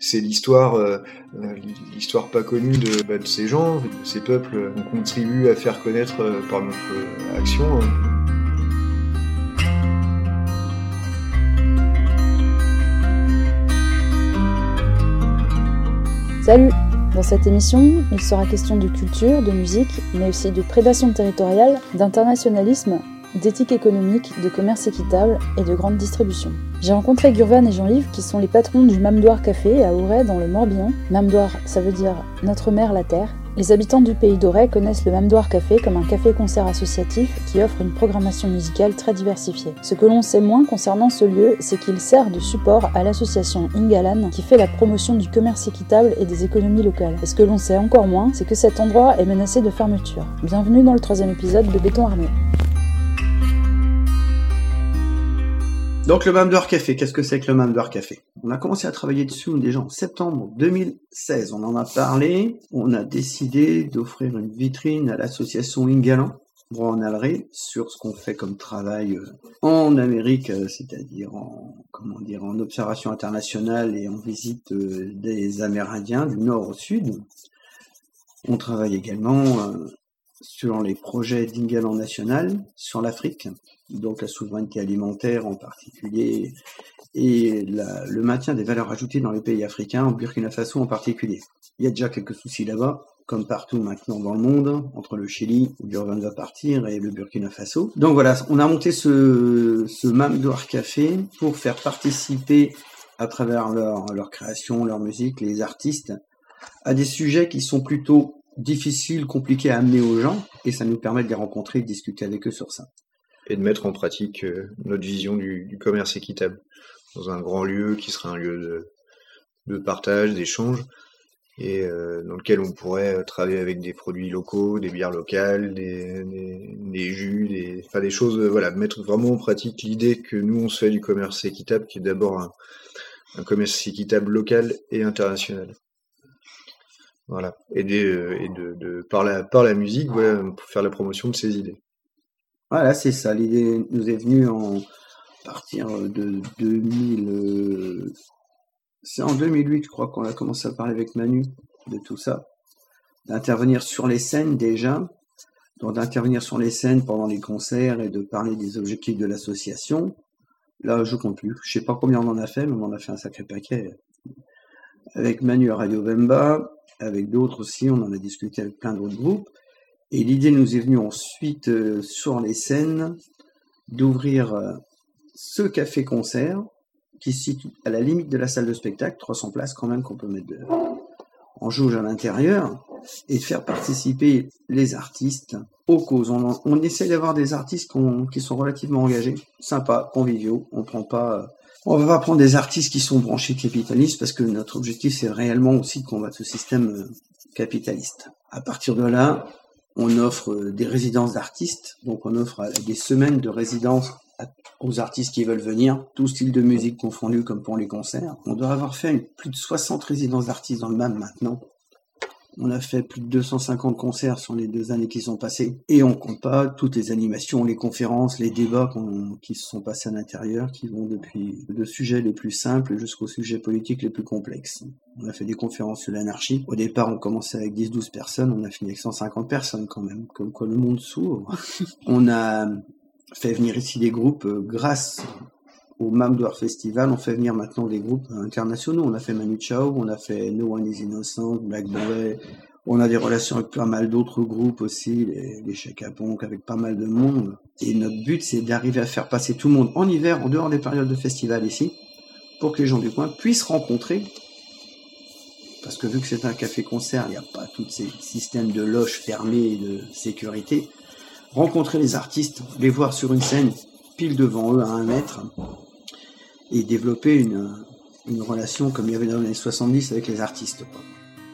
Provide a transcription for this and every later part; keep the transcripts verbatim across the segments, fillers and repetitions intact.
c'est l'histoire, euh, l'histoire pas connue de, bah, de ces gens, de ces peuples. On contribue à faire connaître euh, par notre euh, action. Hein. Salut! Dans cette émission, il sera question de culture, de musique, mais aussi de prédation territoriale, d'internationalisme, d'éthique économique, de commerce équitable et de grande distribution. J'ai rencontré Gurvan et Jean-Yves qui sont les patrons du Mamdouar Café à Auray dans le Morbihan. Mamdouar, ça veut dire « notre mère la terre ». Les habitants du pays d'Auray connaissent le Mamdouar Café comme un café-concert associatif qui offre une programmation musicale très diversifiée. Ce que l'on sait moins concernant ce lieu, c'est qu'il sert de support à l'association Ingalan qui fait la promotion du commerce équitable et des économies locales. Et ce que l'on sait encore moins, c'est que cet endroit est menacé de fermeture. Bienvenue dans le troisième épisode de Béton Armé. Donc le Mamdouar Café, qu'est-ce que c'est que le Mamdouar Café? On a commencé à travailler dessus déjà en septembre deux mille seize, on en a parlé, on a décidé d'offrir une vitrine à l'association Ingalan, en Allery, sur ce qu'on fait comme travail en Amérique, c'est-à-dire en, comment dire, en observation internationale et en visite des Amérindiens du nord au sud. On travaille également sur les projets d'Ingalan National, sur l'Afrique, donc la souveraineté alimentaire en particulier, et la, le maintien des valeurs ajoutées dans les pays africains, au Burkina Faso en particulier. Il y a déjà quelques soucis là-bas, comme partout maintenant dans le monde, entre le Chili, où Gurvan va partir, et le Burkina Faso. Donc voilà, on a monté ce, ce Mamdouar Café pour faire participer, à travers leur, leur création, leur musique, les artistes, à des sujets qui sont plutôt difficiles, compliqués à amener aux gens, et ça nous permet de les rencontrer et de discuter avec eux sur ça. Et de mettre en pratique euh, notre vision du, du commerce équitable dans un grand lieu qui sera un lieu de, de partage, d'échange, et euh, dans lequel on pourrait travailler avec des produits locaux, des bières locales, des, des, des jus, des, enfin des choses, euh, voilà, mettre vraiment en pratique l'idée que nous on se fait du commerce équitable, qui est d'abord un, un commerce équitable local et international. Voilà, et, des, euh, et de, de par la par la musique, voilà, pour faire la promotion de ces idées. Voilà, c'est ça. L'idée nous est venue en partir de deux mille. Euh, c'est en deux mille huit, je crois, qu'on a commencé à parler avec Manu de tout ça, d'intervenir sur les scènes déjà, donc d'intervenir sur les scènes pendant les concerts et de parler des objectifs de l'association. Là, je compte plus. Je sais pas combien on en a fait, mais on en a fait un sacré paquet. Avec Manu à Radio Bemba, avec d'autres aussi, on en a discuté avec plein d'autres groupes. Et l'idée nous est venue ensuite, euh, sur les scènes, d'ouvrir euh, ce café-concert qui se situe à la limite de la salle de spectacle, trois cents places quand même qu'on peut mettre de, en jauge à l'intérieur, et de faire participer les artistes aux causes. On, on essaie d'avoir des artistes qu'on, qui sont relativement engagés, sympas, conviviaux. On prend pas, on va pas prendre des artistes qui sont branchés capitalistes parce que notre objectif c'est réellement aussi de combattre ce système capitaliste. À partir de là, on offre des résidences d'artistes, donc on offre des semaines de résidence aux artistes qui veulent venir, tout style de musique confondu comme pour les concerts. On doit avoir fait plus de soixante résidences d'artistes dans le M A M maintenant. On a fait plus de deux cent cinquante concerts sur les deux années qui sont passées. Et on compte pas toutes les animations, les conférences, les débats qu'on, qui se sont passés à l'intérieur, qui vont depuis de sujets les plus simples jusqu'aux sujets politiques les plus complexes. On a fait des conférences sur l'anarchie. Au départ, on commençait avec dix douze personnes, on a fini avec cent cinquante personnes quand même, comme quoi le monde s'ouvre. On a fait venir ici des groupes euh, grâce au Mamdouar Festival, on fait venir maintenant des groupes internationaux. On a fait Manu Chao, on a fait No One is Innocent, Black Boy. On a des relations avec pas mal d'autres groupes aussi, les, les Chaka Ponk, avec pas mal de monde. Et notre but, c'est d'arriver à faire passer tout le monde en hiver, en dehors des périodes de festival ici, pour que les gens du coin puissent rencontrer. Parce que vu que c'est un café-concert, il n'y a pas tous ces systèmes de loges fermées et de sécurité. Rencontrer les artistes, les voir sur une scène, pile devant eux à un mètre, et développer une, une relation comme il y avait dans les années soixante-dix avec les artistes, quoi.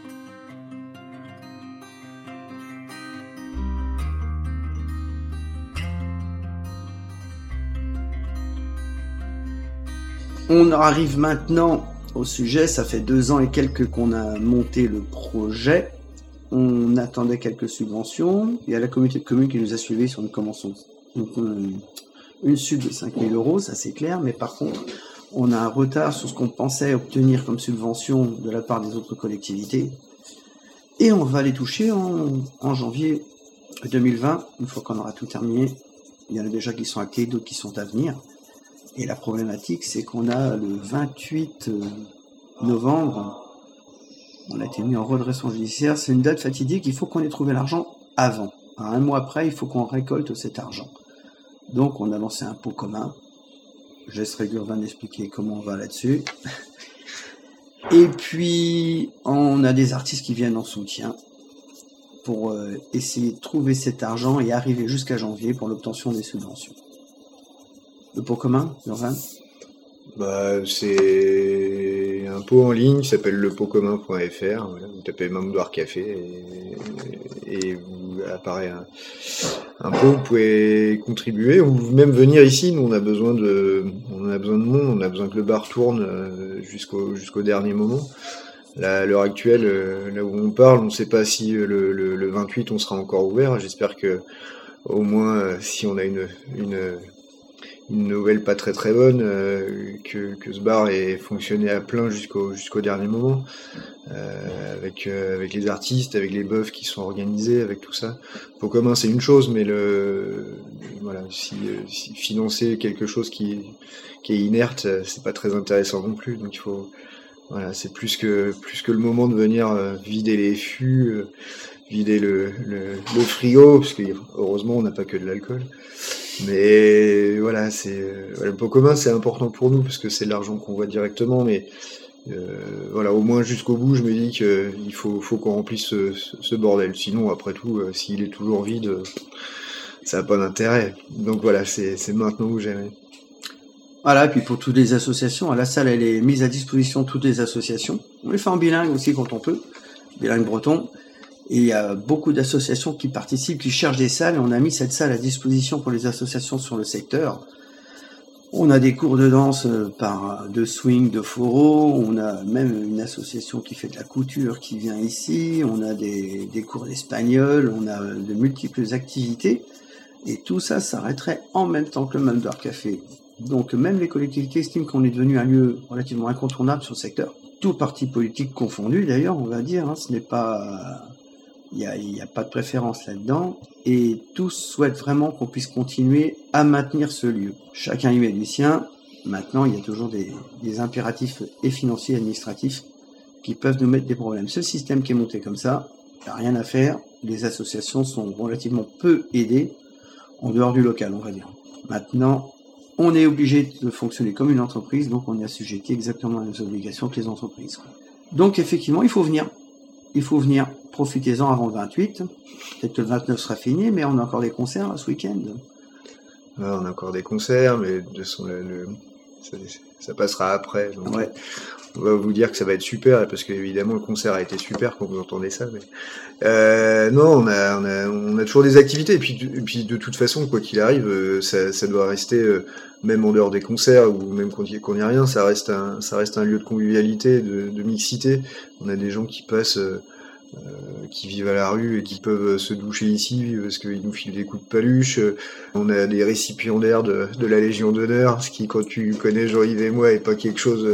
On arrive maintenant au sujet, ça fait deux ans et quelques qu'on a monté le projet. On attendait quelques subventions. Il y a la communauté de communes qui nous a suivis sur une convention. Donc, une, une sub de cinq mille euros, ça c'est clair, mais par contre, on a un retard sur ce qu'on pensait obtenir comme subvention de la part des autres collectivités. Et on va les toucher en, en janvier deux mille vingt, une fois qu'on aura tout terminé. Il y en a déjà qui sont actés, d'autres qui sont à venir. Et la problématique, c'est qu'on a le vingt-huit novembre, on a été mis en redressement judiciaire. C'est une date fatidique, il faut qu'on ait trouvé l'argent avant. Un mois après, il faut qu'on récolte cet argent. Donc, on a lancé un pot commun. Je laisserai Gurvan expliquer comment on va là-dessus. Et puis, on a des artistes qui viennent en soutien pour euh, essayer de trouver cet argent et arriver jusqu'à janvier pour l'obtention des subventions. Le pot commun, Gurvan ? Bah, c'est un pot en ligne qui s'appelle le pot commun point f r. Voilà, vous tapez Mamdouar Café et, et vous apparaît un, un pot. Vous pouvez contribuer ou même venir ici. Nous, on a besoin de, on a besoin de monde. On a besoin que le bar tourne jusqu'au jusqu'au dernier moment. Là, à l'heure actuelle, là où on parle, on ne sait pas si le, le, le vingt-huit on sera encore ouvert. J'espère que au moins, si on a une une une nouvelle pas très très bonne, euh, que, que ce bar ait fonctionné à plein jusqu'au jusqu'au dernier moment, euh, avec euh, avec les artistes, avec les bœufs qui sont organisés, avec tout ça. Pot commun c'est une chose, mais le voilà, si, si financer quelque chose qui qui est inerte, c'est pas très intéressant non plus. Donc il faut voilà, c'est plus que plus que le moment de venir euh, vider les fûts, euh, vider le, le le frigo, parce que heureusement on n'a pas que de l'alcool. Mais voilà, c'est le pot commun, c'est important pour nous parce que c'est de l'argent qu'on voit directement. Mais euh, voilà, au moins jusqu'au bout, je me dis qu'il faut, faut qu'on remplisse ce, ce bordel. Sinon, après tout, euh, s'il est toujours vide, euh, ça n'a pas d'intérêt. Donc voilà, c'est, c'est maintenant ou jamais. Voilà, et puis pour toutes les associations, la salle, elle est mise à disposition de toutes les associations. On les fait en bilingue aussi quand on peut, bilingue breton. Et il y a beaucoup d'associations qui participent, qui cherchent des salles. Et on a mis cette salle à disposition pour les associations sur le secteur. On a des cours de danse par de swing, de foro. On a même une association qui fait de la couture qui vient ici. On a des, des cours d'espagnol. On a de multiples activités. Et tout ça s'arrêterait en même temps que le Mamdouar Café. Donc même les collectivités estiment qu'on est devenu un lieu relativement incontournable sur le secteur. Tout parti politique confondu d'ailleurs, on va dire. Hein, ce n'est pas... Il n'y a, il y a pas de préférence là-dedans, et tous souhaitent vraiment qu'on puisse continuer à maintenir ce lieu. Chacun y met du sien. Maintenant, il y a toujours des, des impératifs et financiers et administratifs qui peuvent nous mettre des problèmes. Ce système qui est monté comme ça, il n'y a rien à faire. Les associations sont relativement peu aidées en dehors du local, on va dire. Maintenant, on est obligé de fonctionner comme une entreprise, donc on est assujetti exactement aux mêmes obligations que les entreprises, quoi. Donc effectivement, il faut venir. Il faut venir, profitez-en avant le vingt-huit. Peut-être que le vingt-neuf sera fini, mais on a encore des concerts là, ce week-end. Ouais, on a encore des concerts, mais de son, le, le, ça, ça passera après. Donc ouais. On va vous dire que ça va être super, parce qu'évidemment le concert a été super quand vous entendez ça. Mais euh, non, on a, on a, on a toujours des activités. Et puis, et puis de toute façon, quoi qu'il arrive, ça, ça doit rester, même en dehors des concerts ou même quand il n'y a rien, ça reste un, ça reste un lieu de convivialité, de, de mixité. On a des gens qui passent. Euh, Euh, qui vivent à la rue et qui peuvent se doucher ici parce qu'ils nous filent des coups de paluche. On a des récipiendaires de, de la Légion d'honneur, ce qui, quand tu connais Jean-Yves et moi, est pas quelque chose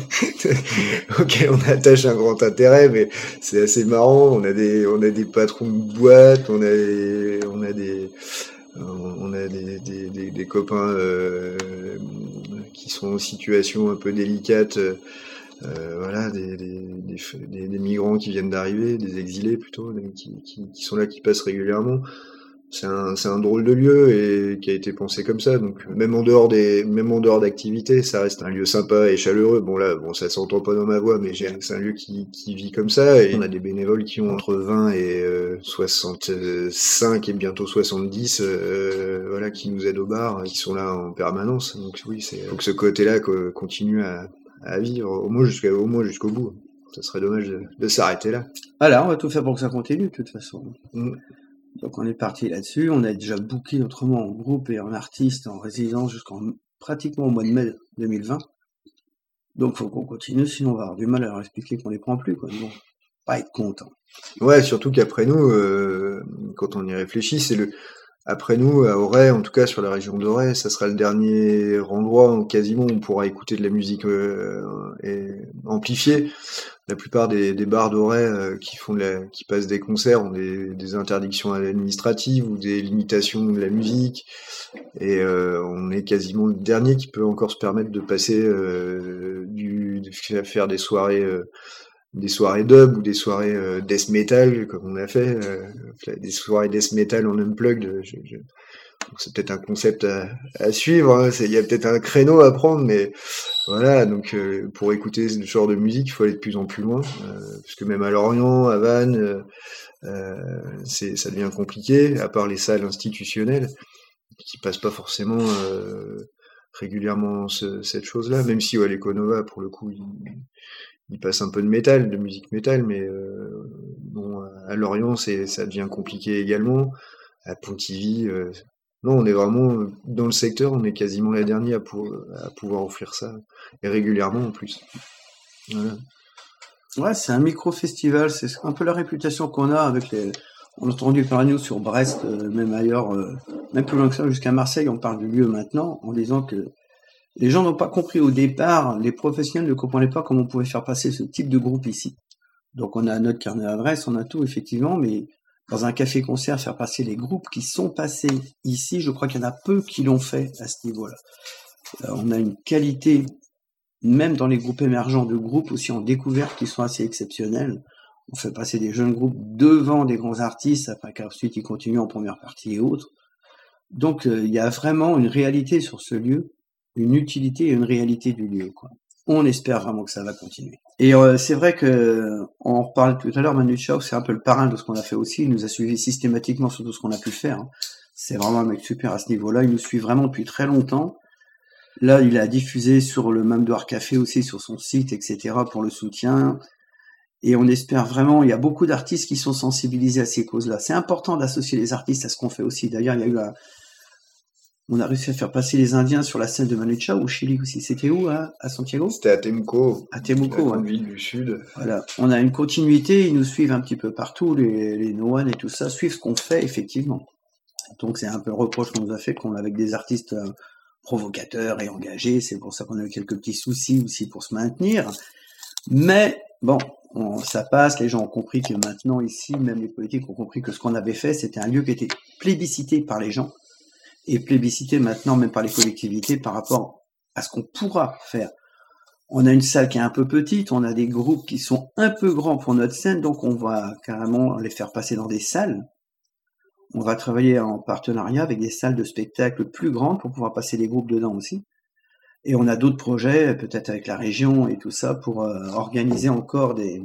auquel on attache un grand intérêt, mais c'est assez marrant. On a des, on a des patrons de boîtes, on a des, on a des, on a des, des, des, des copains euh, qui sont en situation un peu délicate. Euh, voilà, des, des, des, des migrants qui viennent d'arriver, des exilés plutôt, qui, qui, qui sont là, qui passent régulièrement. C'est un, c'est un drôle de lieu et qui a été pensé comme ça. Donc même en dehors des, même en dehors d'activités, ça reste un lieu sympa et chaleureux. Bon là, bon ça s'entend pas dans ma voix, mais j'ai, c'est un lieu qui, qui vit comme ça. Et on a des bénévoles qui ont entre vingt et euh, soixante-cinq et bientôt soixante-dix, euh, voilà, qui nous aident au bar, qui sont là en permanence. Donc oui, c'est, faut que ce côté-là continue à à vivre au moins jusqu'à au moins jusqu'au bout. Ça serait dommage de, de s'arrêter là. Alors, on va tout faire pour que ça continue de toute façon. Mm. Donc on est parti là-dessus. On a déjà booké autrement en groupe et en artiste en résidence jusqu'en pratiquement au mois de mai deux mille vingt. Donc faut qu'on continue, sinon on va avoir du mal à leur expliquer qu'on les prend plus, quoi. Bon, pas être content. Ouais, surtout qu'après nous, euh, quand on y réfléchit, c'est le après nous, à Auray, en tout cas sur la région d'Auray, ça sera le dernier endroit où quasiment on pourra écouter de la musique euh, et amplifiée. La plupart des, des bars d'Auray euh, qui font de la, qui passent des concerts ont des, des interdictions administratives ou des limitations de la musique. Et euh, on est quasiment le dernier qui peut encore se permettre de passer euh, du, de faire des soirées. Euh, des soirées dub ou des soirées euh, death metal comme on a fait, euh, des soirées death metal en unplugged. Je, je... Donc c'est peut-être un concept à, à suivre, hein. Il y a peut-être un créneau à prendre, mais voilà. Donc euh, pour écouter ce genre de musique, il faut aller de plus en plus loin, euh, parce que même à Lorient, à Vannes, euh, euh, c'est, ça devient compliqué. À part les salles institutionnelles qui passent pas forcément euh, régulièrement ce, cette chose-là, même si ouais, l'Econova pour le coup. Il, Il passe un peu de métal, de musique métal, mais euh, bon, à Lorient, c'est, ça devient compliqué également. À Pontivy, euh, non, on est vraiment dans le secteur, on est quasiment la dernière à, pour, à pouvoir offrir ça, et régulièrement en plus. Voilà. Ouais, c'est un micro-festival, c'est un peu la réputation qu'on a avec les. On a entendu parler nous sur Brest, euh, même ailleurs, euh, même plus loin que ça, jusqu'à Marseille, on parle du lieu maintenant, en disant que les gens n'ont pas compris au départ, les professionnels ne comprenaient pas comment on pouvait faire passer ce type de groupe ici. Donc on a notre carnet d'adresse, on a tout effectivement, mais dans un café-concert, faire passer les groupes qui sont passés ici, je crois qu'il y en a peu qui l'ont fait à ce niveau-là. Euh, on a une qualité, même dans les groupes émergents de groupes aussi en découverte, qui sont assez exceptionnels. On fait passer des jeunes groupes devant des grands artistes, après qu'ensuite ils continuent en première partie et autres. Donc euh, il y a vraiment une réalité sur ce lieu, une utilité et une réalité du lieu, quoi. On espère vraiment que ça va continuer. Et euh, c'est vrai que on en parlait tout à l'heure, Manu Chao, c'est un peu le parrain de ce qu'on a fait aussi. Il nous a suivi systématiquement sur tout ce qu'on a pu faire. C'est vraiment un mec super à ce niveau-là. Il nous suit vraiment depuis très longtemps. Là, il a diffusé sur le Mamdouar Café aussi, sur son site, et cetera, pour le soutien. Et on espère vraiment, il y a beaucoup d'artistes qui sont sensibilisés à ces causes-là. C'est important d'associer les artistes à ce qu'on fait aussi. D'ailleurs, il y a eu un... On a réussi à faire passer les Indiens sur la scène de Manu Chao au Chili aussi. C'était où, à, à Santiago? C'était à Temuco. À Temuco, la grande ouais. ville du sud. Voilà. On a une continuité, ils nous suivent un petit peu partout, les, les Noan et tout ça, suivent ce qu'on fait, effectivement. Donc c'est un peu le reproche qu'on nous a fait, qu'on avec des artistes euh, provocateurs et engagés. C'est pour ça qu'on a eu quelques petits soucis aussi pour se maintenir. Mais, bon, on, ça passe, les gens ont compris que maintenant, ici, même les politiques ont compris que ce qu'on avait fait, c'était un lieu qui était plébiscité par les gens. Et plébiscité maintenant même par les collectivités par rapport à ce qu'on pourra faire. On a une salle qui est un peu petite, on a des groupes qui sont un peu grands pour notre scène, donc on va carrément les faire passer dans des salles. On va travailler en partenariat avec des salles de spectacle plus grandes pour pouvoir passer les groupes dedans aussi. Et on a d'autres projets, peut-être avec la région et tout ça, pour euh, organiser encore des...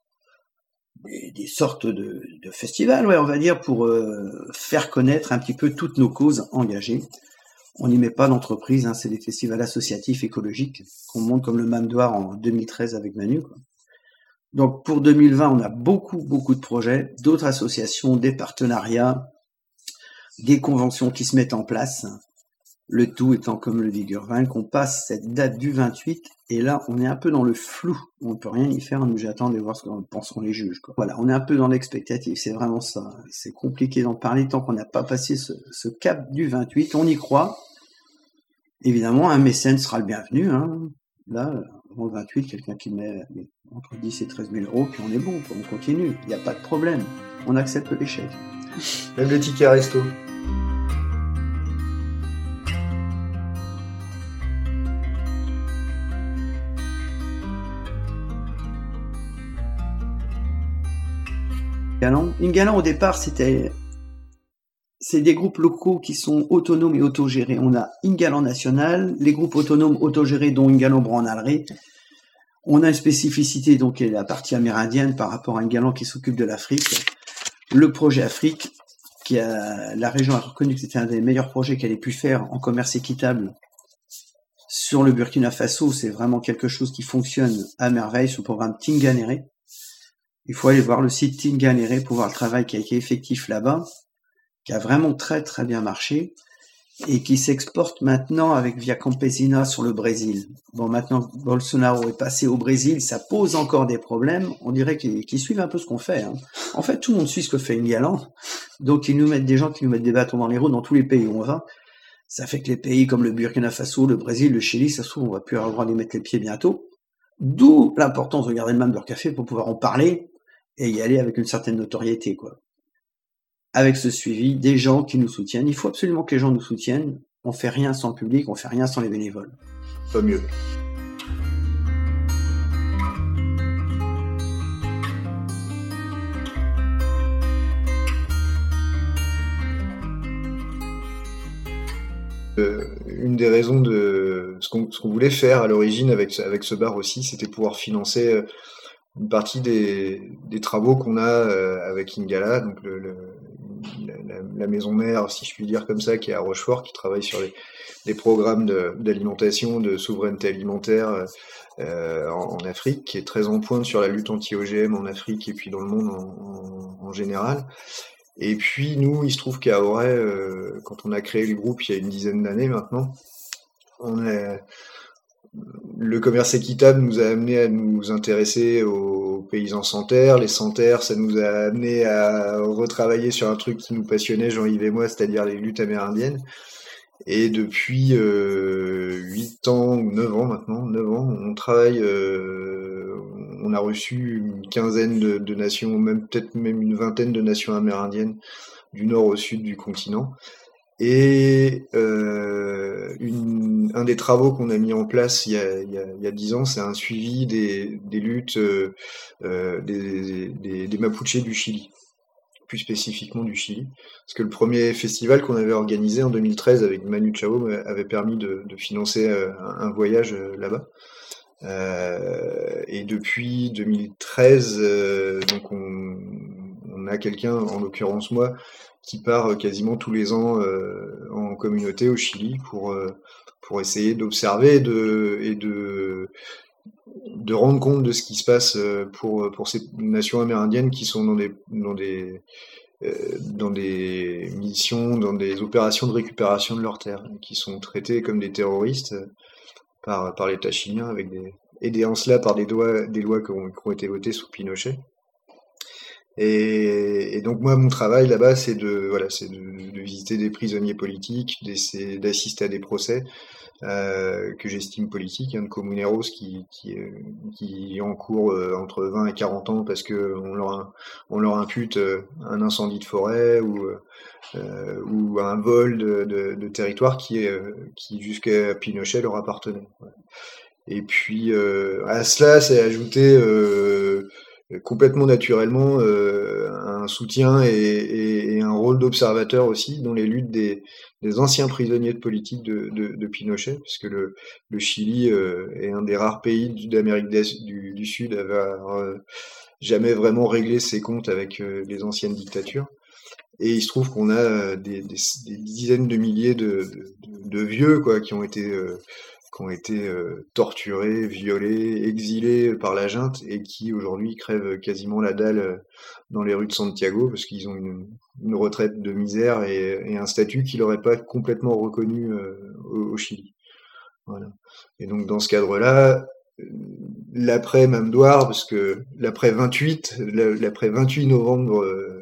Des, des sortes de, de festivals, ouais, on va dire, pour euh, faire connaître un petit peu toutes nos causes engagées. On n'y met pas d'entreprise, hein, c'est des festivals associatifs écologiques qu'on monte comme le Mamdouar en deux mille treize avec Manu, quoi. Donc pour deux mille vingt, on a beaucoup, beaucoup de projets, d'autres associations, des partenariats, des conventions qui se mettent en place. Le tout étant, comme le dit Gurvin, qu'on passe cette date du vingt-huit, et là, on est un peu dans le flou. On ne peut rien y faire, nous j'attends de voir ce qu'en penseront les juges, quoi. Voilà, on est un peu dans l'expectative, c'est vraiment ça. C'est compliqué d'en parler tant qu'on n'a pas passé ce, ce cap du vingt-huit. On y croit. Évidemment, un mécène sera le bienvenu, hein. Là, avant le vingt-huit, quelqu'un qui met entre dix et treize mille euros, puis on est bon, quoi. On continue. Il n'y a pas de problème. On accepte l'échec. Même le ticket resto. Ingalan, au départ, c'était, c'est des groupes locaux qui sont autonomes et autogérés. On a Ingalan National, les groupes autonomes autogérés, dont Ingalan Branalré. On a une spécificité, donc, qui est la partie amérindienne par rapport à Ingalan qui s'occupe de l'Afrique. Le projet Afrique, qui a, la région a reconnu que c'était un des meilleurs projets qu'elle ait pu faire en commerce équitable sur le Burkina Faso. C'est vraiment quelque chose qui fonctionne à merveille, ce programme Tinganéré. Il faut aller voir le site Tinganéré pour voir le travail qui a été effectif là-bas, qui a vraiment très très bien marché et qui s'exporte maintenant avec Via Campesina sur le Brésil. Bon, maintenant Bolsonaro est passé au Brésil, ça pose encore des problèmes. On dirait qu'ils, qu'ils suivent un peu ce qu'on fait, hein. En fait, tout le monde suit ce que fait Ingalan, Donc ils nous mettent des gens qui nous mettent des bâtons dans les roues dans tous les pays où on va. Ça fait que les pays comme le Burkina Faso, le Brésil, le Chili, ça se trouve, on va plus avoir le droit d'y mettre les pieds bientôt. D'où l'importance de garder le même leur café pour pouvoir en parler et y aller avec une certaine notoriété, quoi. Avec ce suivi, des gens qui nous soutiennent. Il faut absolument que les gens nous soutiennent. On fait rien sans le public, on fait rien sans les bénévoles. Pas mieux. Euh, une des raisons de ce qu'on, ce qu'on voulait faire à l'origine avec, avec ce bar aussi, c'était pouvoir financer une partie des, des travaux qu'on a euh, avec Ingala, donc le, le, la, la maison mère, si je puis dire comme ça, qui est à Rochefort, qui travaille sur les, les programmes de, d'alimentation, de souveraineté alimentaire euh, en, en Afrique, qui est très en pointe sur la lutte anti-O G M en Afrique et puis dans le monde en, en, en général. Et puis nous, il se trouve qu'à Auray, euh, quand on a créé le groupe il y a une dizaine d'années maintenant, on est, le commerce équitable nous a amené à nous intéresser aux paysans sans terre. Les sans terre, ça nous a amené à retravailler sur un truc qui nous passionnait, Jean-Yves et moi, c'est-à-dire les luttes amérindiennes. Et depuis euh, huit ans ou neuf ans maintenant, neuf ans, on travaille, euh, on a reçu une quinzaine de, de nations, même peut-être même une vingtaine de nations amérindiennes du nord au sud du continent. Et euh, une, un des travaux qu'on a mis en place il y a, il y a, il y a dix ans, c'est un suivi des, des luttes euh, des, des, des Mapuches du Chili, plus spécifiquement du Chili. Parce que le premier festival qu'on avait organisé en deux mille treize avec Manu Chao avait permis de, de financer un, un voyage là-bas. Euh, et depuis deux mille treize, euh, donc on, on a quelqu'un, en l'occurrence moi, qui part quasiment tous les ans euh, en communauté au Chili pour euh, pour essayer d'observer et de et de de rendre compte de ce qui se passe pour pour ces nations amérindiennes qui sont dans des dans des euh, dans des missions, dans des opérations de récupération de leurs terres, qui sont traités comme des terroristes par par l'État chilien, avec des aidés en cela par des lois des lois qui ont, qui ont été votées sous Pinochet. Et, et donc moi mon travail là-bas c'est de voilà c'est de, de visiter des prisonniers politiques, d'essayer d'assister à des procès euh, que j'estime politiques, hein, de comuneros qui qui qui encourent euh, entre vingt et quarante ans parce que on leur on leur impute euh, un incendie de forêt ou euh, ou un vol de, de, de territoire qui est euh, qui jusqu'à Pinochet leur appartenait. Voilà. Et puis euh, à cela c'est ajouté euh, complètement naturellement euh, un soutien et, et, et un rôle d'observateur aussi dans les luttes des, des anciens prisonniers de politique de, de, de Pinochet, puisque le, le Chili euh, est un des rares pays d'Amérique du, du Sud à avoir euh, jamais vraiment réglé ses comptes avec euh, les anciennes dictatures. Et il se trouve qu'on a des, des, des dizaines de milliers de, de, de vieux quoi, qui ont été euh, qui ont été euh, torturés, violés, exilés par la junte et qui aujourd'hui crèvent quasiment la dalle euh, dans les rues de Santiago parce qu'ils ont une, une retraite de misère et, et un statut qui leur est pas complètement reconnu euh, au, au Chili. Voilà. Et donc dans ce cadre-là, l'après Mamdouar, parce que l'après vingt-huit, l'après vingt-huit novembre, euh,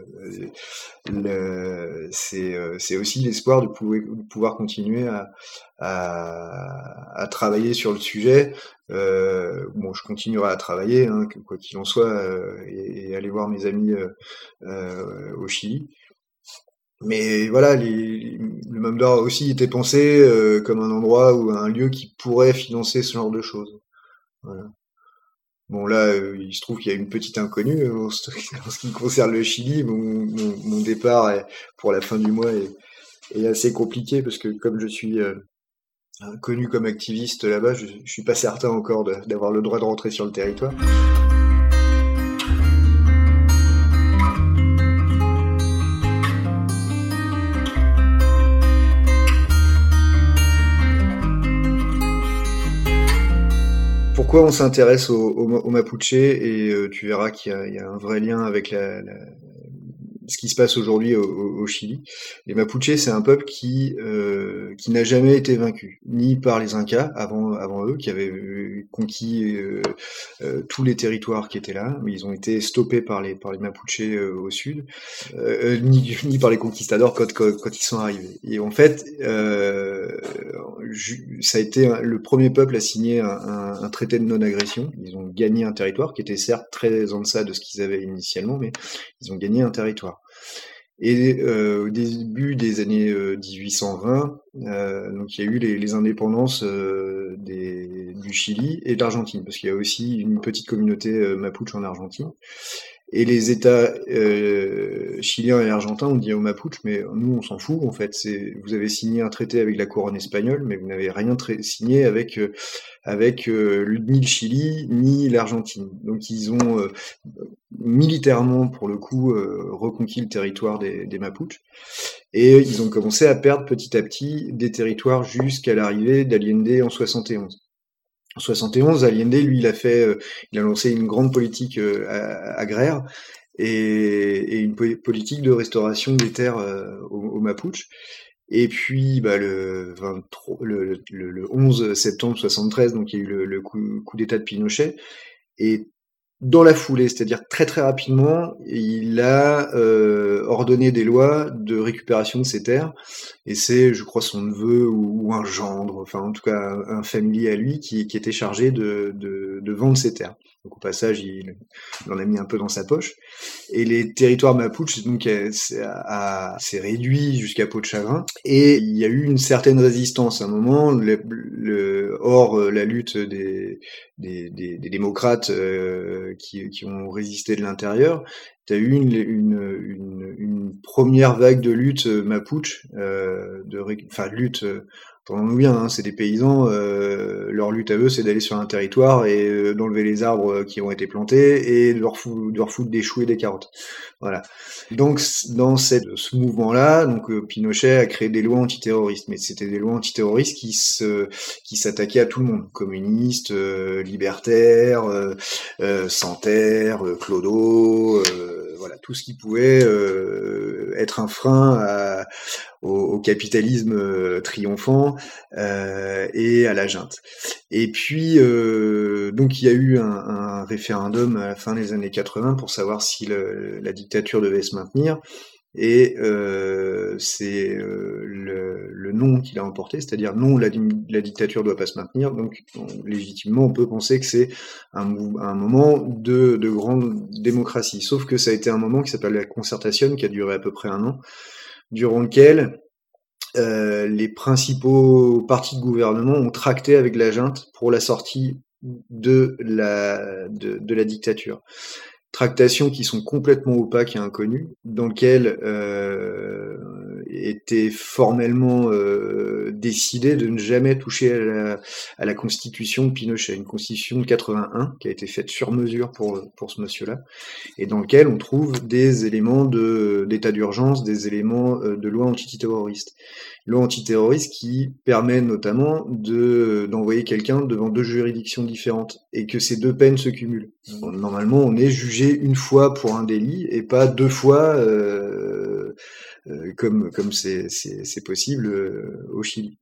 le, c'est, c'est aussi l'espoir de pouvoir, de pouvoir continuer à, à, à travailler sur le sujet. Euh, bon, je continuerai à travailler, hein, quoi qu'il en soit, euh, et, et aller voir mes amis euh, euh, au Chili. Mais voilà, les, le Mamdouar a aussi été pensé euh, comme un endroit ou un lieu qui pourrait financer ce genre de choses. Voilà. Bon là, euh, il se trouve qu'il y a une petite inconnue euh, en, ce, en ce qui concerne le Chili. Mon, mon, mon départ est, pour la fin du mois est, est assez compliqué parce que comme je suis euh, connu comme activiste là-bas, je, je suis pas certain encore de, d'avoir le droit de rentrer sur le territoire. Pourquoi on s'intéresse aux au, au Mapuche et euh, tu verras qu'il y a, il y a un vrai lien avec la, la, ce qui se passe aujourd'hui au, au, au Chili. Les Mapuches, c'est un peuple qui euh, qui n'a jamais été vaincu, ni par les Incas avant avant eux, qui avaient conquis euh, euh, tous les territoires qui étaient là, mais ils ont été stoppés par les par les Mapuches euh, au sud, euh, ni ni par les conquistadors quand quand, quand ils sont arrivés. Et en fait, euh, ça a été le premier peuple à signer un, un, un traité de non-agression. Ils ont gagné un territoire qui était certes très en deçà de ce qu'ils avaient initialement, mais ils ont gagné un territoire. Et euh, au début des années euh, dix-huit cent vingt, euh, donc il y a eu les, les indépendances euh, des, du Chili et de l'Argentine, parce qu'il y a aussi une petite communauté euh, mapuche en Argentine. Et les États euh, chiliens et argentins ont dit aux Mapuches, mais nous on s'en fout en fait. C'est, vous avez signé un traité avec la couronne espagnole, mais vous n'avez rien tra- signé avec euh, avec euh, ni le Chili ni l'Argentine. Donc ils ont euh, militairement pour le coup euh, reconquis le territoire des, des Mapuches, et ils ont commencé à perdre petit à petit des territoires jusqu'à l'arrivée d'Allende en soixante et onze. En soixante et onze, Allende, lui, il a fait, euh, il a lancé une grande politique euh, agraire et, et une po- politique de restauration des terres euh, aux, aux Mapuches. Et puis, bah, le, vingt-trois, le, le, le onze septembre soixante-treize, donc il y a eu le, le coup, coup d'État de Pinochet. Et dans la foulée, c'est-à-dire très très rapidement, il a euh, ordonné des lois de récupération de ces terres, et c'est, je crois, son neveu ou, ou un gendre, enfin en tout cas un, un familier à lui, qui, qui était chargé de, de, de vendre ces terres. Donc au passage, il, il en a mis un peu dans sa poche. Et les territoires mapuches, donc, s'est réduit jusqu'à peau de chagrin. Et il y a eu une certaine résistance à un moment. Le, le, hors la lutte des, des, des, des démocrates euh, qui, qui ont résisté de l'intérieur, tu as eu une, une, une, une première vague de lutte mapuche, euh, de, enfin lutte. Entendons-nous bien, hein, c'est des paysans, euh, leur lutte à eux, c'est d'aller sur un territoire et euh, d'enlever les arbres qui ont été plantés et de leur, fou, de leur foutre des choux et des carottes. Voilà. Donc, dans cette, ce mouvement-là, donc euh, Pinochet a créé des lois antiterroristes, mais c'était des lois antiterroristes qui se, qui s'attaquaient à tout le monde, communistes, euh, libertaires, euh, euh, sans terre, euh, clodo, euh, voilà, tout ce qui pouvait euh, être un frein à Au, au capitalisme euh, triomphant euh, et à la junte. Et puis, euh, donc il y a eu un, un référendum à la fin des années quatre-vingts pour savoir si le, la dictature devait se maintenir. Et euh, c'est euh, le, le non qu'il a emporté, c'est-à-dire non, la, la dictature doit pas se maintenir. Donc on, légitimement, on peut penser que c'est un, un moment de, de grande démocratie. Sauf que ça a été un moment qui s'appelle la concertation, qui a duré à peu près un an, durant lequel euh, les principaux partis de gouvernement ont tracté avec la junte pour la sortie de la, de, de la dictature. Tractations qui sont complètement opaques et inconnues, dans lesquelles euh, était formellement euh, décidé de ne jamais toucher à la, à la constitution de Pinochet, une constitution de quatre-vingt-un qui a été faite sur mesure pour, pour ce monsieur-là, et dans lequel on trouve des éléments de, d'état d'urgence, des éléments de loi antiterroriste. Loi antiterroriste qui permet notamment de, d'envoyer quelqu'un devant deux juridictions différentes, et que ces deux peines se cumulent. Normalement, on est jugé une fois pour un délit, et pas deux fois, euh, euh, comme comme c'est, c'est, c'est possible euh, au Chili.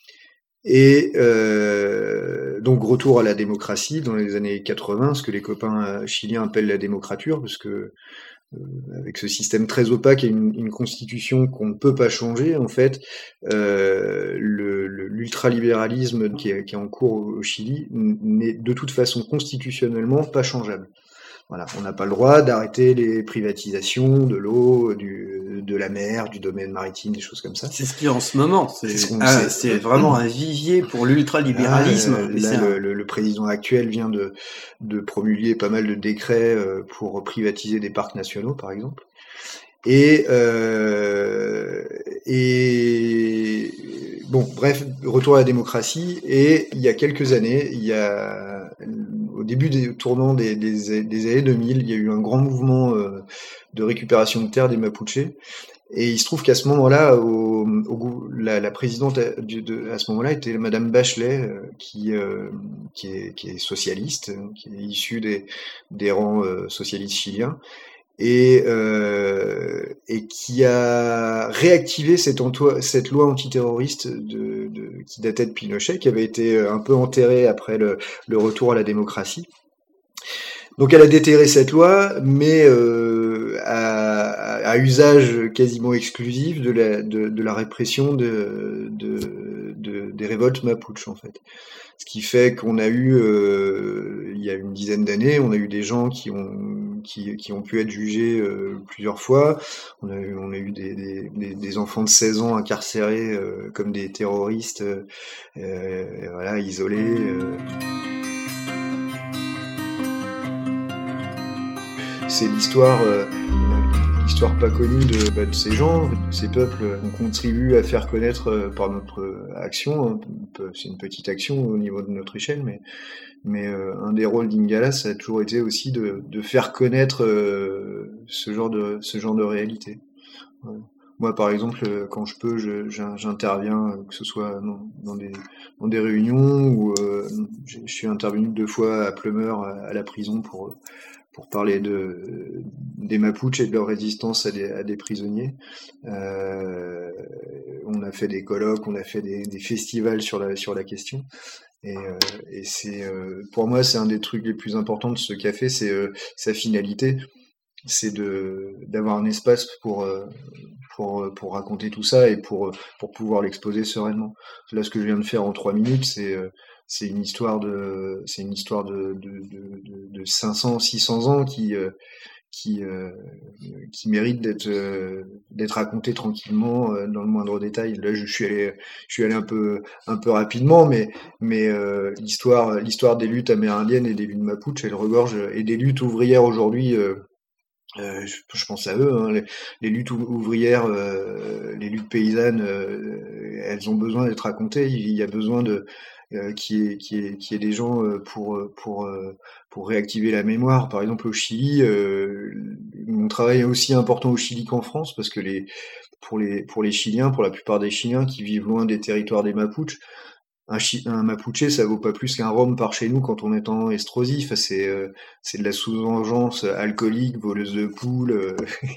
Et euh, donc retour à la démocratie dans les années quatre-vingts, ce que les copains chiliens appellent la démocrature, parce que euh, avec ce système très opaque et une, une constitution qu'on ne peut pas changer, en fait, euh, le, le, l'ultralibéralisme qui est, qui est en cours au Chili n'est de toute façon constitutionnellement pas changeable. Voilà, on n'a pas le droit d'arrêter les privatisations de l'eau, du, de la mer, du domaine maritime, des choses comme ça. C'est ce qu'il y a en ce moment. C'est, c'est, ce ah, c'est vraiment un vivier pour l'ultralibéralisme. Ah, là, le, le, le président actuel vient de, de promulguer pas mal de décrets pour privatiser des parcs nationaux, par exemple. Et, euh, et bon, bref, retour à la démocratie. Et il y a quelques années, il y a au début des tournants des, des, des années deux mille, il y a eu un grand mouvement euh, de récupération de terre des Mapuches. Et il se trouve qu'à ce moment-là, au, au, la, la présidente de, de, à ce moment-là était Madame Bachelet, euh, qui, euh, qui, est, qui est socialiste, qui est issue des, des rangs euh, socialistes chiliens. et, euh, et qui a réactivé cette, ento- cette loi antiterroriste de, de, qui datait de Pinochet, qui avait été un peu enterrée après le, le retour à la démocratie. Donc elle a déterré cette loi, mais euh, à, à usage quasiment exclusif de la, de, de la répression de, de, de, des révoltes mapuches, en fait. Ce qui fait qu'on a eu, euh, il y a une dizaine d'années, on a eu des gens qui ont, qui, qui ont pu être jugés euh, plusieurs fois. On a eu, on a eu des, des, des enfants de seize ans incarcérés euh, comme des terroristes, euh, euh, voilà, isolés. Euh. C'est l'histoire, euh, l'histoire pas connue de, bah, de ces gens, de ces peuples. On contribue à faire connaître euh, par notre action. Hein, c'est une petite action au niveau de notre échelle, mais, mais euh, un des rôles d'Ingala, ça a toujours été aussi de, de faire connaître euh, ce genre de, ce genre de réalité. Ouais. Moi, par exemple, quand je peux, je, j'interviens, que ce soit dans, dans, des, dans des réunions ou euh, je suis intervenu deux fois à Pleumeur, à, à la prison pour pour parler de des Mapuches et de leur résistance à des, à des prisonniers. Euh, on a fait des colloques, on a fait des, des festivals sur la sur la question. Et, euh, et c'est euh, pour moi c'est un des trucs les plus importants de ce café, c'est euh, sa finalité, c'est de d'avoir un espace pour euh, pour pour raconter tout ça et pour pour pouvoir l'exposer sereinement. Là, ce que je viens de faire en trois minutes, c'est euh, c'est une histoire de c'est une histoire de de de, de cinq cents six cents ans qui euh, qui euh, qui mérite d'être euh, d'être raconté tranquillement euh, dans le moindre détail. Là, je suis allé je suis allé un peu un peu rapidement, mais mais euh, l'histoire l'histoire des luttes amérindiennes et des luttes mapuches, elle regorge, et des luttes ouvrières aujourd'hui. Euh, Euh, je, je pense à eux, hein, les, les luttes ouvrières, euh, les luttes paysannes, euh, elles ont besoin d'être racontées. Il y a besoin de euh, qu'il y ait, qu'il y ait, qu'il y ait des gens pour pour pour réactiver la mémoire. Par exemple, au Chili, euh, mon travail est aussi important au Chili qu'en France, parce que les pour les pour les Chiliens, pour la plupart des Chiliens qui vivent loin des territoires des Mapuches, Un, chi, un Mapuche, ça vaut pas plus qu'un rhum par chez nous quand on est en Estrosie. Enfin, c'est euh, c'est de la sous-vengeance alcoolique, voleuse de poules, euh,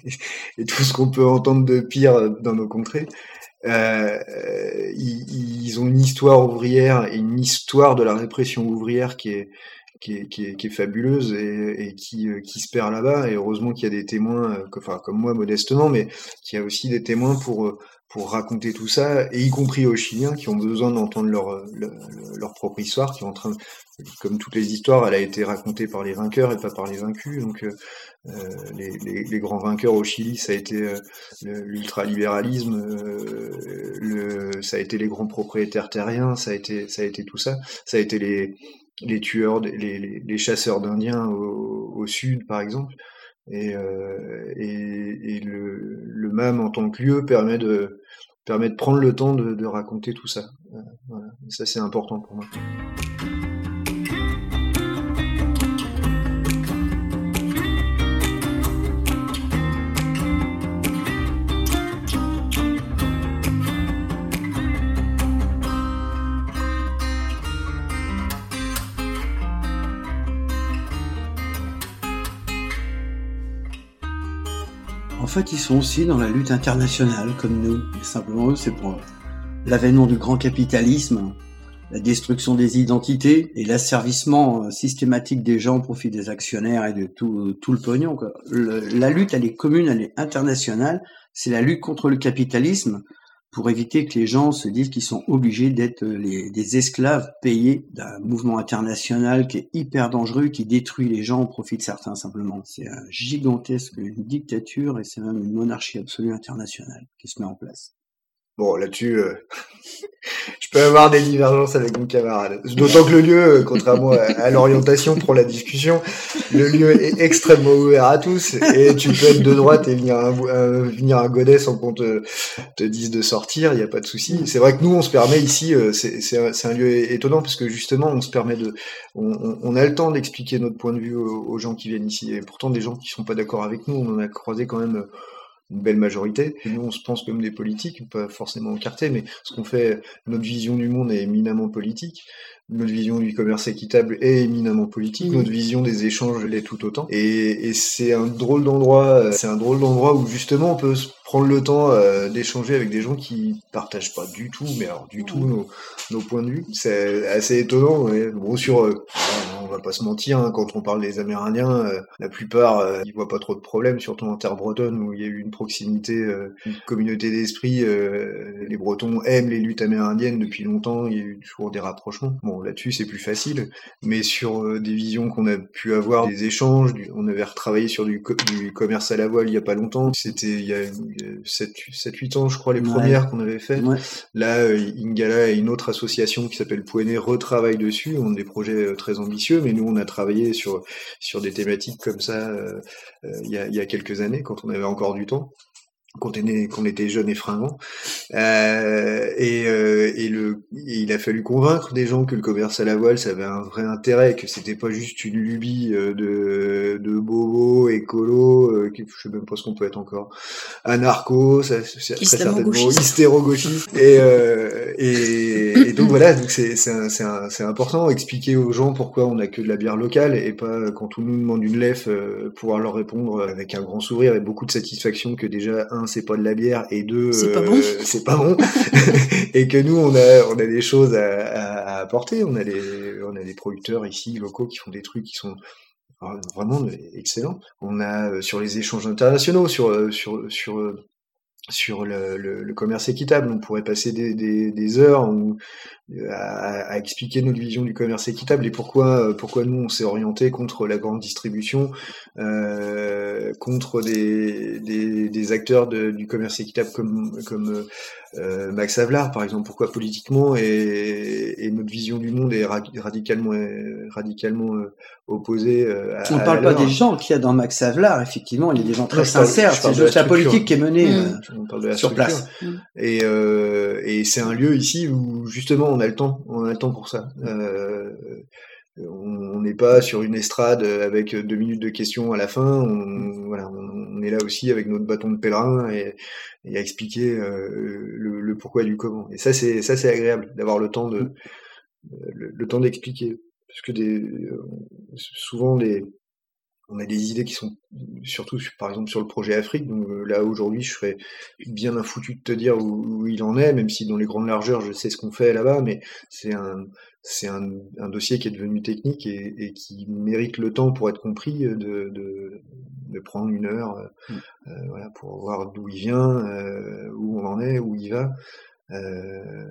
et tout ce qu'on peut entendre de pire dans nos contrées. Euh, ils, ils ont une histoire ouvrière et une histoire de la répression ouvrière qui est qui est, qui est, qui est fabuleuse et, et qui, qui se perd là-bas. Et heureusement qu'il y a des témoins, enfin comme moi modestement, mais qu'il y a aussi des témoins pour pour raconter tout ça, et y compris aux Chiliens qui ont besoin d'entendre leur, leur, leur propre histoire, qui est en train, comme toutes les histoires, elle a été racontée par les vainqueurs et pas par les vaincus. Donc euh, les, les, les grands vainqueurs au Chili, ça a été euh, l'ultralibéralisme, euh, le, ça a été les grands propriétaires terriens, ça a été, ça a été tout ça, ça a été les, les tueurs, les, les, les chasseurs d'Indiens au, au sud, par exemple. Et, euh, et, et le, le M A M en tant que lieu permet de, permet de prendre le temps de, de raconter tout ça. Euh, voilà. Et ça, c'est important pour moi. En fait, ils sont aussi dans la lutte internationale, comme nous. Et simplement, eux, c'est pour l'avènement du grand capitalisme, la destruction des identités et l'asservissement systématique des gens au profit des actionnaires et de tout, tout le pognon, quoi. Le, la lutte, elle est commune, elle est internationale. C'est la lutte contre le capitalisme pour éviter que les gens se disent qu'ils sont obligés d'être les, des esclaves payés d'un mouvement international qui est hyper dangereux, qui détruit les gens au profit de certains, simplement. C'est un gigantesque, une dictature, et c'est même une monarchie absolue internationale qui se met en place. Bon, là-dessus, euh, je peux avoir des divergences avec mon camarade. D'autant que le lieu, contrairement à, à l'orientation pour la discussion, le lieu est extrêmement ouvert à tous, et tu peux être de droite et venir à, un, venir à Godet sans qu'on te, te dise de sortir, il n'y a pas de souci. C'est vrai que nous, on se permet ici, c'est, c'est, un, c'est un lieu étonnant, parce que justement, on se permet de, on, on a le temps d'expliquer notre point de vue aux, aux gens qui viennent ici, et pourtant des gens qui sont pas d'accord avec nous, on en a croisé quand même une belle majorité. Et nous, on se pense comme des politiques, pas forcément encartés, mais ce qu'on fait, notre vision du monde est éminemment politique. Notre vision du commerce équitable est éminemment politique. Mmh. Notre vision des échanges l'est tout autant. Et, et c'est un drôle d'endroit, c'est un drôle d'endroit où justement on peut prendre le temps euh, d'échanger avec des gens qui partagent pas du tout, mais alors du tout nos, nos points de vue. C'est assez étonnant. Ouais. Bon, sur, euh, on va pas se mentir, hein, quand on parle des Amérindiens, euh, la plupart euh, ils voient pas trop de problèmes, surtout en terre bretonne où il y a eu une proximité, euh, une communauté d'esprit. Euh, les Bretons aiment les luttes amérindiennes depuis longtemps. Il y a eu toujours des rapprochements. Bon, là-dessus c'est plus facile, mais sur euh, des visions qu'on a pu avoir, des échanges, du, on avait retravaillé sur du, co- du commerce à la voile il y a pas longtemps. C'était il y a sept huit ans, je crois, les ouais. premières qu'on avait faites. Ouais. Là, euh, Ingala et une autre association qui s'appelle Pouéné retravaillent dessus. On a des projets euh, très ambitieux, mais nous on a travaillé sur sur des thématiques comme ça euh, euh, il y a il y a quelques années quand on avait encore du temps. Quand on, est, qu'on était jeune et fringant, euh, et, euh, et, le, et il a fallu convaincre des gens que le commerce à la voile, ça avait un vrai intérêt, que c'était pas juste une lubie de, de bobo, écolo, euh, je sais même pas ce qu'on peut être encore, anarcho, ça, c'est très certainement hystéro-gauchiste, et, euh, et, et donc voilà, donc c'est, c'est, un, c'est, un, c'est important, expliquer aux gens pourquoi on a que de la bière locale, et pas quand on nous demande une lef, euh, pouvoir leur répondre avec un grand sourire et beaucoup de satisfaction que déjà, un, c'est pas de la bière, et deux, c'est pas euh, bon, c'est pas bon. Et que nous, on a, on a des choses à, à, à apporter. On a des, on a des producteurs ici, locaux, qui font des trucs qui sont vraiment excellents. On a, sur les échanges internationaux, sur, sur, sur, sur le, le, le commerce équitable, on pourrait passer des, des, des heures où, à, à expliquer notre vision du commerce équitable et pourquoi, pourquoi nous on s'est orienté contre la grande distribution, euh, contre des, des, des acteurs de, du commerce équitable comme, comme euh, Max Havelaar par exemple. Pourquoi politiquement et, et notre vision du monde est radicalement, radicalement euh, opposée à, on ne parle pas des gens qu'il y a dans Max Havelaar, effectivement, il y a des gens très non, sincères, c'est juste la, la politique qui est menée mmh. euh, on parle de la sur structure. Place. Mmh. Et, euh, et c'est un lieu ici où justement on a le temps, on a le temps pour ça. Euh, on n'est pas sur une estrade avec deux minutes de questions à la fin. On, voilà, on, on est là aussi avec notre bâton de pèlerin et, et à expliquer euh, le, le pourquoi du comment. Et ça c'est ça c'est agréable d'avoir le temps de le, le temps d'expliquer, parce que des souvent les on a des idées qui sont, surtout par exemple sur le projet Afrique, donc là aujourd'hui je serais bien infoutu de te dire où, où il en est, même si dans les grandes largeurs je sais ce qu'on fait là-bas, mais c'est un c'est un, un dossier qui est devenu technique et, et qui mérite le temps pour être compris, de, de, de prendre une heure mmh. euh, voilà, pour voir d'où il vient, euh, où on en est, où il va. Euh,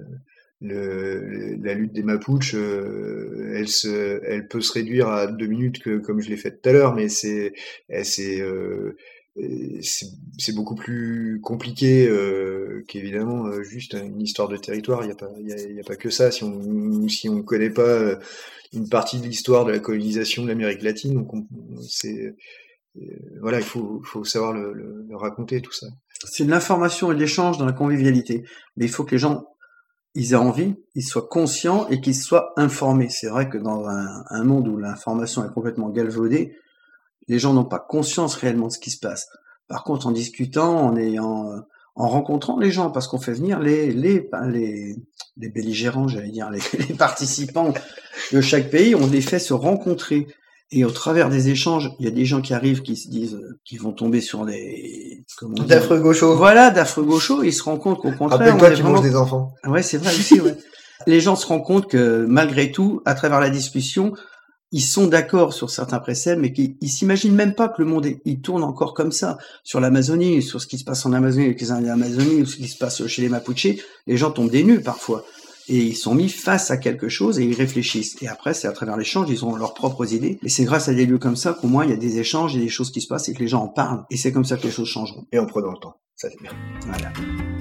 Le, la lutte des Mapuches, euh, elle, se, elle peut se réduire à deux minutes que, comme je l'ai fait tout à l'heure, mais c'est, c'est, euh, c'est, c'est beaucoup plus compliqué euh, qu'évidemment euh, juste une histoire de territoire. Il n'y a pas, il y a, il y a pas que ça. Si on, si on connaît pas une partie de l'histoire de la colonisation de l'Amérique latine, donc on, c'est voilà, il faut, faut savoir le, le, le raconter tout ça. C'est de l'information et de l'échange dans la convivialité, mais il faut que les gens ils aient envie, ils soient conscients et qu'ils soient informés. C'est vrai que dans un, un monde où l'information est complètement galvaudée, les gens n'ont pas conscience réellement de ce qui se passe. Par contre, en discutant, en ayant, en rencontrant les gens, parce qu'on fait venir les les les, les belligérants, j'allais dire, les, les participants de chaque pays, on les fait se rencontrer. Et au travers des échanges, il y a des gens qui arrivent, qui se disent, qui vont tomber sur des, comment d'affreux gauchos. Voilà, d'affreux gauchos, et ils se rendent compte qu'au contraire. Rappelle-toi, tu manges des enfants. Ouais, c'est vrai aussi, ouais. Les gens se rendent compte que, malgré tout, à travers la discussion, ils sont d'accord sur certains préceptes, mais qu'ils, ils s'imaginent même pas que le monde, est, il tourne encore comme ça. Sur l'Amazonie, sur ce qui se passe en Amazonie avec les Indiens d'Amazonie, ou ce qui se passe chez les Mapuches, les gens tombent des nues, parfois. Et ils sont mis face à quelque chose et ils réfléchissent. Et après, c'est à travers l'échange, ils ont leurs propres idées. Et c'est grâce à des lieux comme ça qu'au moins il y a des échanges, il y a des choses qui se passent et que les gens en parlent. Et c'est comme ça que les choses changeront. Et en prenant le temps. Ça, c'est bien. Voilà.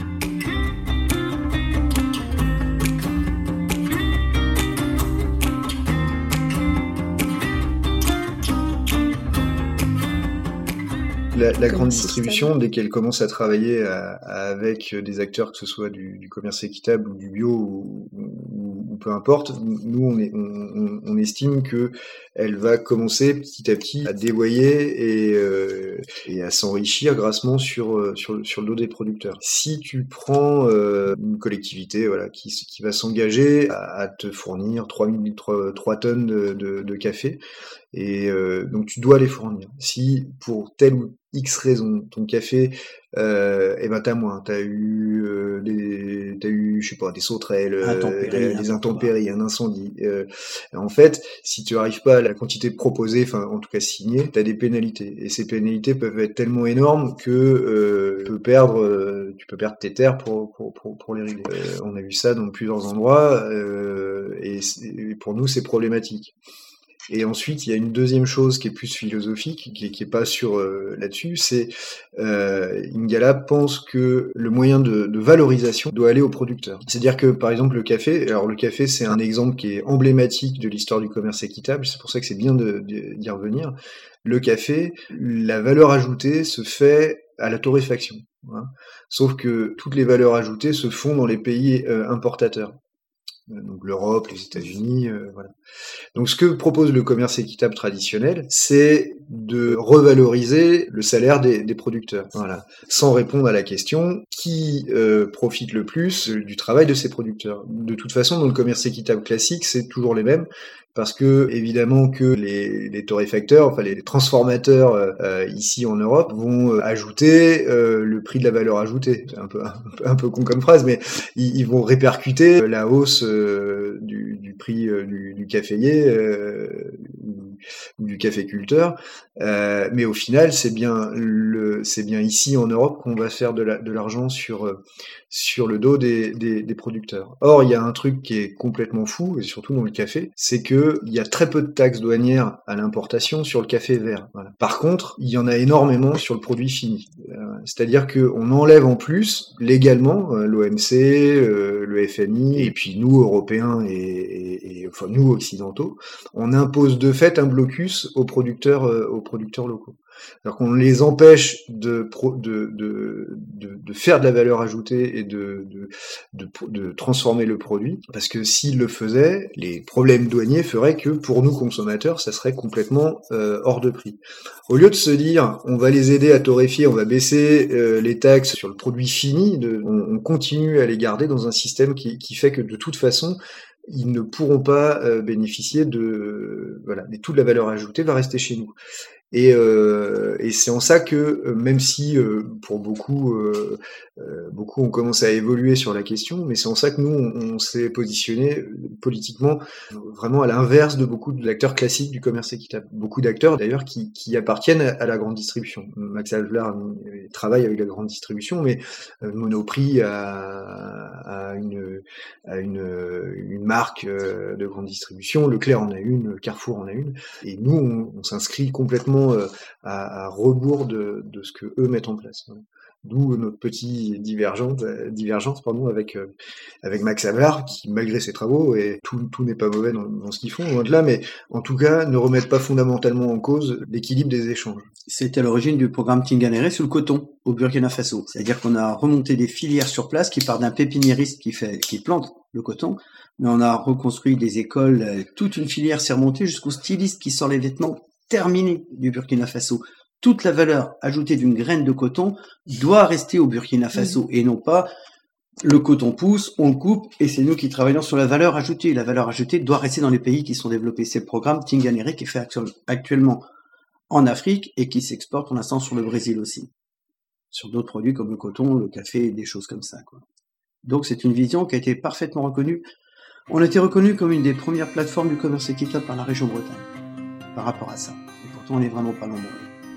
La, la grande distribution, dès qu'elle commence à travailler à, à, avec des acteurs, que ce soit du, du commerce équitable ou du bio ou, ou, ou peu importe, nous on, est, on, on estime que elle va commencer petit à petit à dévoyer et, euh, et à s'enrichir grassement sur, sur, sur le dos des producteurs. Si tu prends euh, une collectivité voilà, qui, qui va s'engager à, à te fournir trois tonnes de, de, de café, et euh, donc tu dois les fournir. Si pour telle ou X raison ton café, euh, et ben t'as moins, t'as eu euh, des, t'as eu je sais pas des sauterelles, euh, des intempéries, un incendie. Euh, en fait, si tu arrives pas à la quantité proposée, enfin en tout cas signée, t'as des pénalités. Et ces pénalités peuvent être tellement énormes que euh, tu peux perdre, euh, tu peux perdre tes terres pour pour pour, pour les régler. Euh, on a vu ça dans plusieurs endroits, euh, et, et pour nous c'est problématique. Et ensuite, il y a une deuxième chose qui est plus philosophique, qui, qui est pas sur euh, là-dessus, c'est euh, Ingala pense que le moyen de, de valorisation doit aller au producteur. C'est-à-dire que, par exemple, le café, alors le café, c'est un exemple qui est emblématique de l'histoire du commerce équitable, c'est pour ça que c'est bien de, de, d'y revenir. Le café, la valeur ajoutée se fait à la torréfaction. Hein. Sauf que toutes les valeurs ajoutées se font dans les pays euh, importateurs. Donc l'Europe, les États-Unis, euh, voilà. Donc ce que propose le commerce équitable traditionnel, c'est de revaloriser le salaire des, des producteurs, voilà, sans répondre à la question qui euh, profite le plus du travail de ces producteurs. De toute façon, dans le commerce équitable classique, c'est toujours les mêmes, parce que évidemment que les, les torréfacteurs, enfin les transformateurs euh, ici en Europe vont euh, ajouter euh, le prix de la valeur ajoutée. C'est un peu un peu, un peu con comme phrase, mais ils, ils vont répercuter la hausse euh, du, du prix euh, du, du caféier euh, ou du caféculteur. Euh, mais au final, c'est bien le, c'est bien ici en Europe qu'on va faire de, la, de l'argent sur euh, sur le dos des, des, des producteurs. Or, il y a un truc qui est complètement fou, et surtout dans le café, c'est que il y a très peu de taxes douanières à l'importation sur le café vert. Voilà. Par contre, il y en a énormément sur le produit fini. Euh, c'est-à-dire qu'on enlève en plus, légalement, euh, l'O M C, euh, le F M I, et puis nous, Européens, et, et, et enfin nous, Occidentaux, on impose de fait un blocus aux producteurs, euh, aux producteurs locaux. Alors qu'on les empêche de, pro, de, de, de, de faire de la valeur ajoutée et de, de, de, de transformer le produit, parce que s'ils le faisaient, les problèmes douaniers feraient que pour nous consommateurs, ça serait complètement euh, hors de prix. Au lieu de se dire, on va les aider à torréfier, on va baisser euh, les taxes sur le produit fini, de, on, on continue à les garder dans un système qui, qui fait que de toute façon, ils ne pourront pas euh, bénéficier de voilà, mais toute la valeur ajoutée va rester chez nous. Et, euh, et c'est en ça que, même si euh, pour beaucoup, euh, euh, beaucoup ont commencé à évoluer sur la question, mais c'est en ça que nous, on, on s'est positionné politiquement vraiment à l'inverse de beaucoup d'acteurs classiques du commerce équitable. Beaucoup d'acteurs d'ailleurs qui, qui appartiennent à la grande distribution. Max Havelaar travaille avec la grande distribution, mais euh, Monoprix a, a, une, a une, une marque de grande distribution, Leclerc en a une, Carrefour en a une, et nous, on, on s'inscrit complètement À, à rebours de, de ce que eux mettent en place. D'où notre petite divergence, divergence pardon, avec, euh, avec Max Havelaar, qui malgré ses travaux, et tout, tout n'est pas mauvais dans, dans ce qu'ils font, loin de là, mais en tout cas ne remettent pas fondamentalement en cause l'équilibre des échanges. C'était à l'origine du programme Tinganere sur le coton au Burkina Faso. C'est-à-dire qu'on a remonté des filières sur place qui partent d'un pépiniériste qui, fait, qui plante le coton, mais on a reconstruit des écoles, toute une filière s'est remontée jusqu'au styliste qui sort les vêtements terminé du Burkina Faso. Toute la valeur ajoutée d'une graine de coton doit rester au Burkina Faso, mmh. et non pas le coton pousse, on le coupe et c'est nous qui travaillons sur la valeur ajoutée. La valeur ajoutée doit rester dans les pays qui sont développés. C'est le programme Tinganere qui est fait actuellement en Afrique et qui s'exporte pour l'instant sur le Brésil aussi. Sur d'autres produits comme le coton, le café et des choses comme ça, quoi. Donc c'est une vision qui a été parfaitement reconnue. On a été reconnu comme une des premières plateformes du commerce équitable par la région Bretagne. Par rapport à ça. Et pourtant, on n'est vraiment pas nombreux.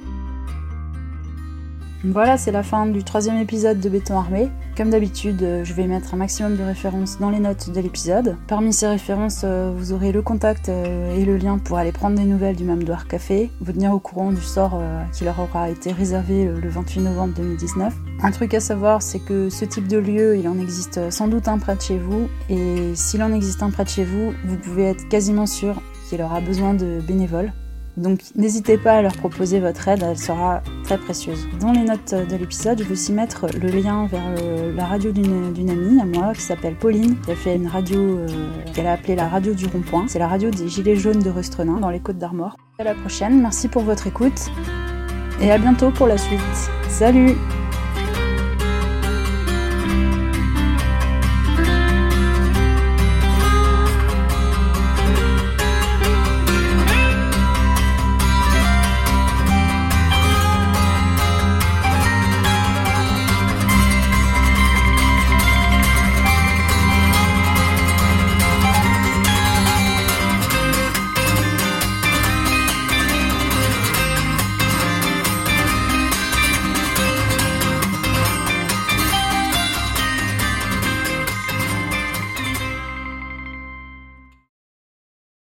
Voilà, c'est la fin du troisième épisode de Béton Armé. Comme d'habitude, je vais mettre un maximum de références dans les notes de l'épisode. Parmi ces références, vous aurez le contact et le lien pour aller prendre des nouvelles du Mamdouar Café, vous tenir au courant du sort qui leur aura été réservé le vingt-huit novembre deux mille dix-neuf. Un truc à savoir, c'est que ce type de lieu, il en existe sans doute un près de chez vous, et s'il en existe un près de chez vous, vous pouvez être quasiment sûr qu'il aura besoin de bénévoles. Donc n'hésitez pas à leur proposer votre aide, elle sera très précieuse. Dans les notes de l'épisode, je vais aussi mettre le lien vers euh, la radio d'une, d'une amie à moi qui s'appelle Pauline, qui a fait une radio euh, qu'elle a appelée la radio du rond-point. C'est la radio des Gilets jaunes de Restrenin, dans les Côtes d'Armor. À la prochaine, merci pour votre écoute et à bientôt pour la suite. Salut!